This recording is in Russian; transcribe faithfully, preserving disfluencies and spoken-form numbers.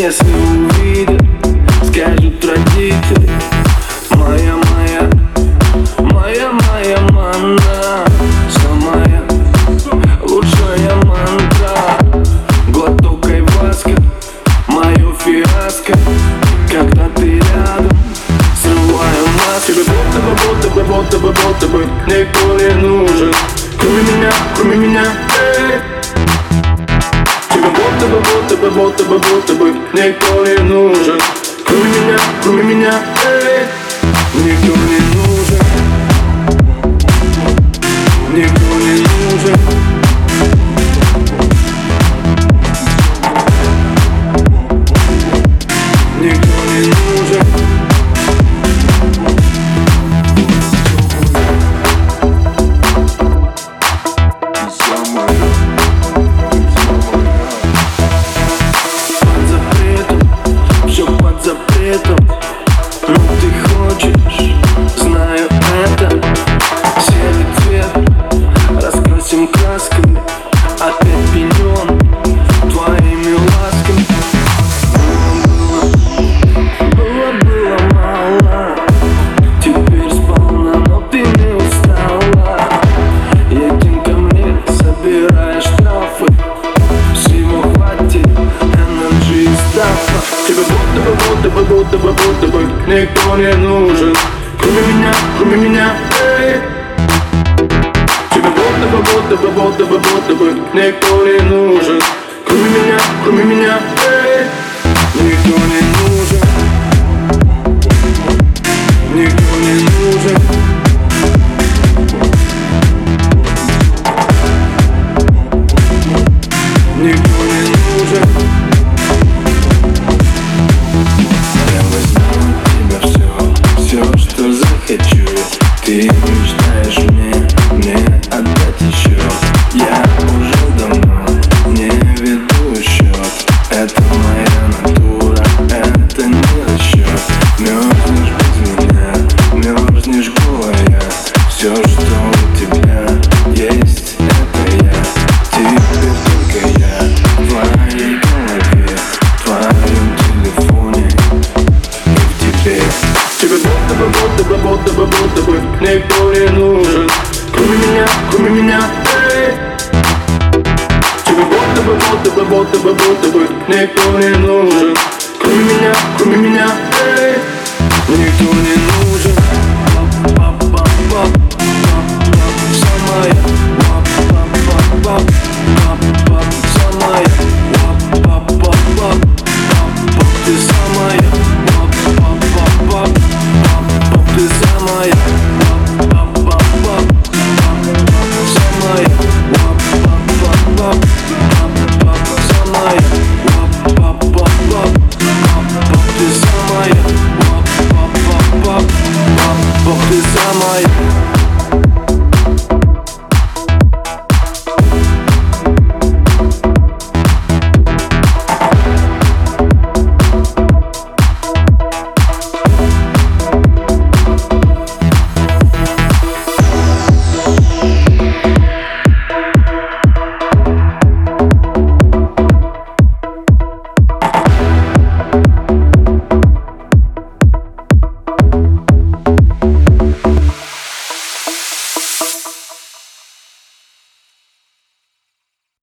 Если увидят, скажут родители: моя, моя, моя, моя манна, самая лучшая мантра. Глоток айваска, мое фиаско. Когда ты рядом, срываю маску. Тебе будто бы, будто бы, будто бы, будто бы никто не нужен, кроме меня, кроме меня, эй. Тебе будто бы, будто бы, будто бы, будто бы никто не нужен, кроме меня, кроме меня, эй. Никто не нужен, никто не нужен. Никто не нужен. Под запретом, все под запретом. Но ты хочешь, знаю это. Серый цвет раскрасим красками, опять пенен твоими ласками. Было мало, теперь сполна, но ты не устала. Едем ко мне, собирай штрафы, всего хватит, энерджи и стафа. Тебе будто бы, будто бы, будто бы, будто бы никто не нужен, кроме меня, кроме меня, эй. Тебе будто бы, будто бы, будто бы, будто бы никто не нужен, кроме меня, кроме меня, эй. Никто не нужен. Никто не нужен. Никто не нужен. Я возьму у тебя все, все, что захочу. Ты мечтаешь мне, мне отдать еще. Я уже давно не веду счет. Это моя натура, это не расчет. Мерзнешь без меня, мерзнешь голая. Все, что у тебя есть, это я. Теперь только я в твоей голове, в твоем телефоне и в тебе. Тебе будто бы, будто бы, будто бы, будто бы никто не нужен, кроме меня, кроме меня, эй. Тебе будто бы, будто бы, будто бы, будто бы никто не нужен, кроме меня, кроме меня, эй. Никто